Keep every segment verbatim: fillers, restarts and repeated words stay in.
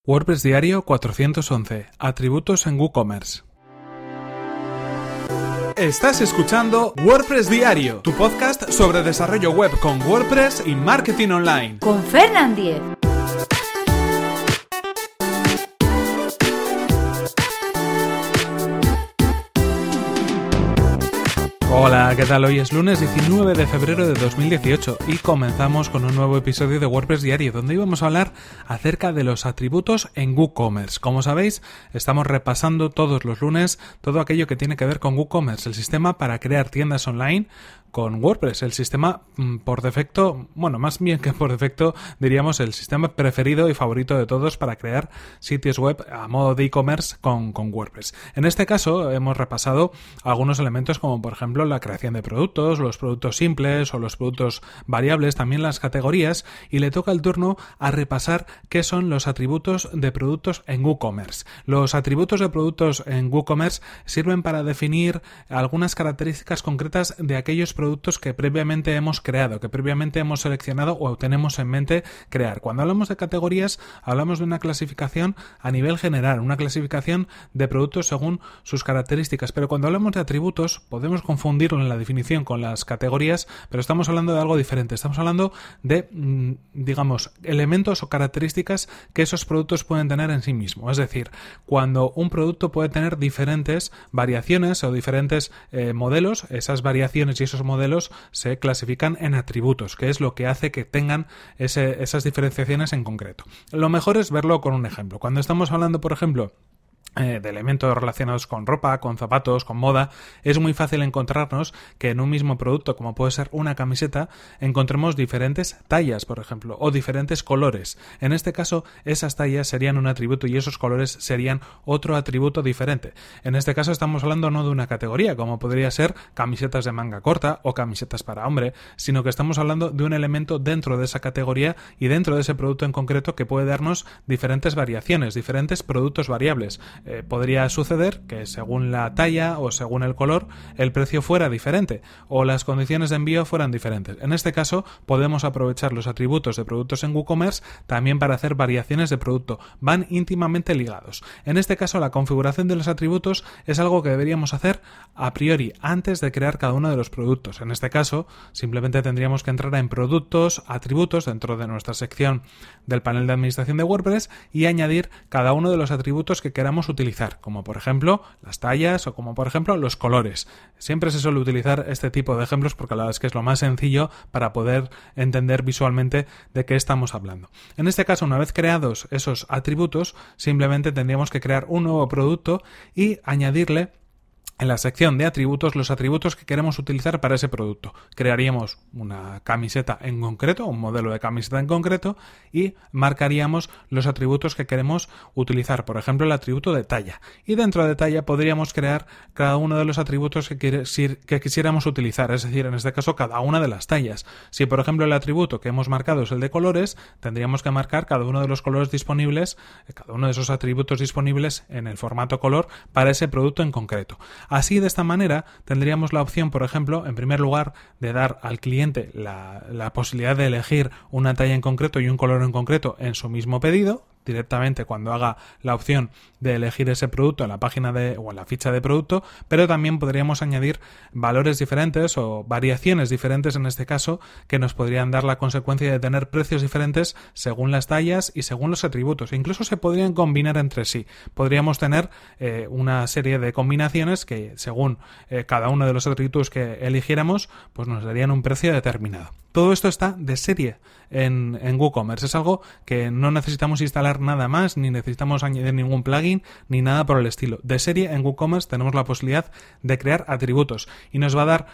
WordPress Diario cuatrocientos once. Atributos en WooCommerce. Estás escuchando WordPress Diario, tu podcast sobre desarrollo web con WordPress y marketing online. Con Fernand Diez. Hola, ¿qué tal? Hoy es lunes diecinueve de febrero de dos mil dieciocho y comenzamos con un nuevo episodio de WordPress Diario, donde íbamos a hablar acerca de los atributos en WooCommerce. Como sabéis, estamos repasando todos los lunes todo aquello que tiene que ver con WooCommerce, el sistema para crear tiendas online con WordPress, el sistema por defecto, bueno, más bien que por defecto, diríamos el sistema preferido y favorito de todos para crear sitios web a modo de e-commerce con, con WordPress. En este caso hemos repasado algunos elementos como por ejemplo la creación de productos, los productos simples o los productos variables, también las categorías, y le toca el turno a repasar qué son los atributos de productos en WooCommerce. Los atributos de productos en WooCommerce sirven para definir algunas características concretas de aquellos productos que previamente hemos creado, que previamente hemos seleccionado o tenemos en mente crear. Cuando hablamos de categorías, hablamos de una clasificación a nivel general, una clasificación de productos según sus características, pero cuando hablamos de atributos podemos confundirlo en la definición con las categorías, pero estamos hablando de algo diferente. Estamos hablando de, digamos, elementos o características que esos productos pueden tener en sí mismos. Es decir, cuando un producto puede tener diferentes variaciones o diferentes eh, modelos, esas variaciones y esos modelos se clasifican en atributos, que es lo que hace que tengan ese, esas diferenciaciones en concreto. Lo mejor es verlo con un ejemplo. Cuando estamos hablando, por ejemplo, Eh, de elementos relacionados con ropa, con zapatos, con moda, es muy fácil encontrarnos que en un mismo producto, como puede ser una camiseta, encontremos diferentes tallas, por ejemplo, o diferentes colores. En este caso, esas tallas serían un atributo y esos colores serían otro atributo diferente. En este caso estamos hablando no de una categoría, como podría ser camisetas de manga corta o camisetas para hombre, sino que estamos hablando de un elemento dentro de esa categoría y dentro de ese producto en concreto que puede darnos diferentes variaciones, diferentes productos variables. Eh, podría suceder que según la talla o según el color el precio fuera diferente o las condiciones de envío fueran diferentes. En este caso podemos aprovechar los atributos de productos en WooCommerce también para hacer variaciones de producto. Van íntimamente ligados. En este caso la configuración de los atributos es algo que deberíamos hacer a priori antes de crear cada uno de los productos. En este caso simplemente tendríamos que entrar en productos, atributos dentro de nuestra sección del panel de administración de WordPress y añadir cada uno de los atributos que queramos utilizar, como por ejemplo las tallas o como por ejemplo los colores. Siempre se suele utilizar este tipo de ejemplos porque la verdad es que es lo más sencillo para poder entender visualmente de qué estamos hablando. En este caso, una vez creados esos atributos, simplemente tendríamos que crear un nuevo producto y añadirle en la sección de atributos los atributos que queremos utilizar para ese producto. Crearíamos una camiseta en concreto, un modelo de camiseta en concreto, y marcaríamos los atributos que queremos utilizar, por ejemplo el atributo de talla. Y dentro de talla podríamos crear cada uno de los atributos que, que quisiéramos utilizar, es decir, en este caso cada una de las tallas. Si por ejemplo el atributo que hemos marcado es el de colores, tendríamos que marcar cada uno de los colores disponibles, cada uno de esos atributos disponibles en el formato color para ese producto en concreto. Así, de esta manera, tendríamos la opción, por ejemplo, en primer lugar, de dar al cliente la, la posibilidad de elegir una talla en concreto y un color en concreto en su mismo pedido, directamente cuando haga la opción de elegir ese producto en la página de o en la ficha de producto, pero también podríamos añadir valores diferentes o variaciones diferentes en este caso que nos podrían dar la consecuencia de tener precios diferentes según las tallas y según los atributos. Incluso se podrían combinar entre sí. Podríamos tener eh, una serie de combinaciones que según eh, cada uno de los atributos que eligiéramos pues nos darían un precio determinado. Todo esto está de serie en, en WooCommerce. Es algo que no necesitamos instalar nada más, ni necesitamos añadir ningún plugin, ni nada por el estilo. De serie en WooCommerce tenemos la posibilidad de crear atributos y nos va a dar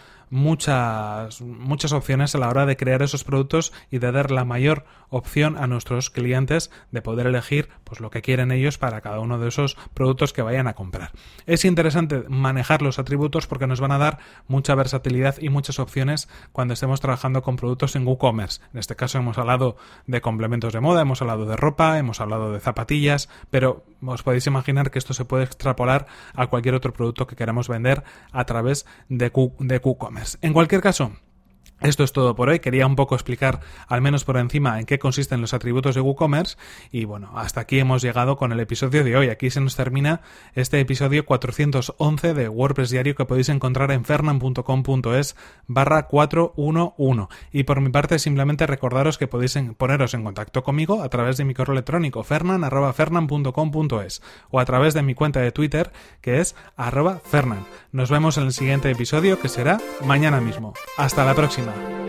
muchas muchas opciones a la hora de crear esos productos y de dar la mayor opción a nuestros clientes de poder elegir pues lo que quieren ellos para cada uno de esos productos que vayan a comprar. Es interesante manejar los atributos porque nos van a dar mucha versatilidad y muchas opciones cuando estemos trabajando con productos en WooCommerce. En este caso hemos hablado de complementos de moda, hemos hablado de ropa, hemos hablado de zapatillas, pero os podéis imaginar que esto se puede extrapolar a cualquier otro producto que queramos vender a través de WooCommerce. En cualquier caso, Esto es todo por hoy. Quería un poco explicar, al menos por encima, en qué consisten los atributos de WooCommerce. Y bueno, hasta aquí hemos llegado con el episodio de hoy. Aquí se nos termina este episodio cuatrocientos once de WordPress Diario, que podéis encontrar en fernan.com.es barra cuatrocientos once. Y por mi parte, simplemente recordaros que podéis en, poneros en contacto conmigo a través de mi correo electrónico fernan arroba fernan punto com punto es o a través de mi cuenta de Twitter, que es arroba fernan. Nos vemos en el siguiente episodio, que será mañana mismo. Hasta la próxima.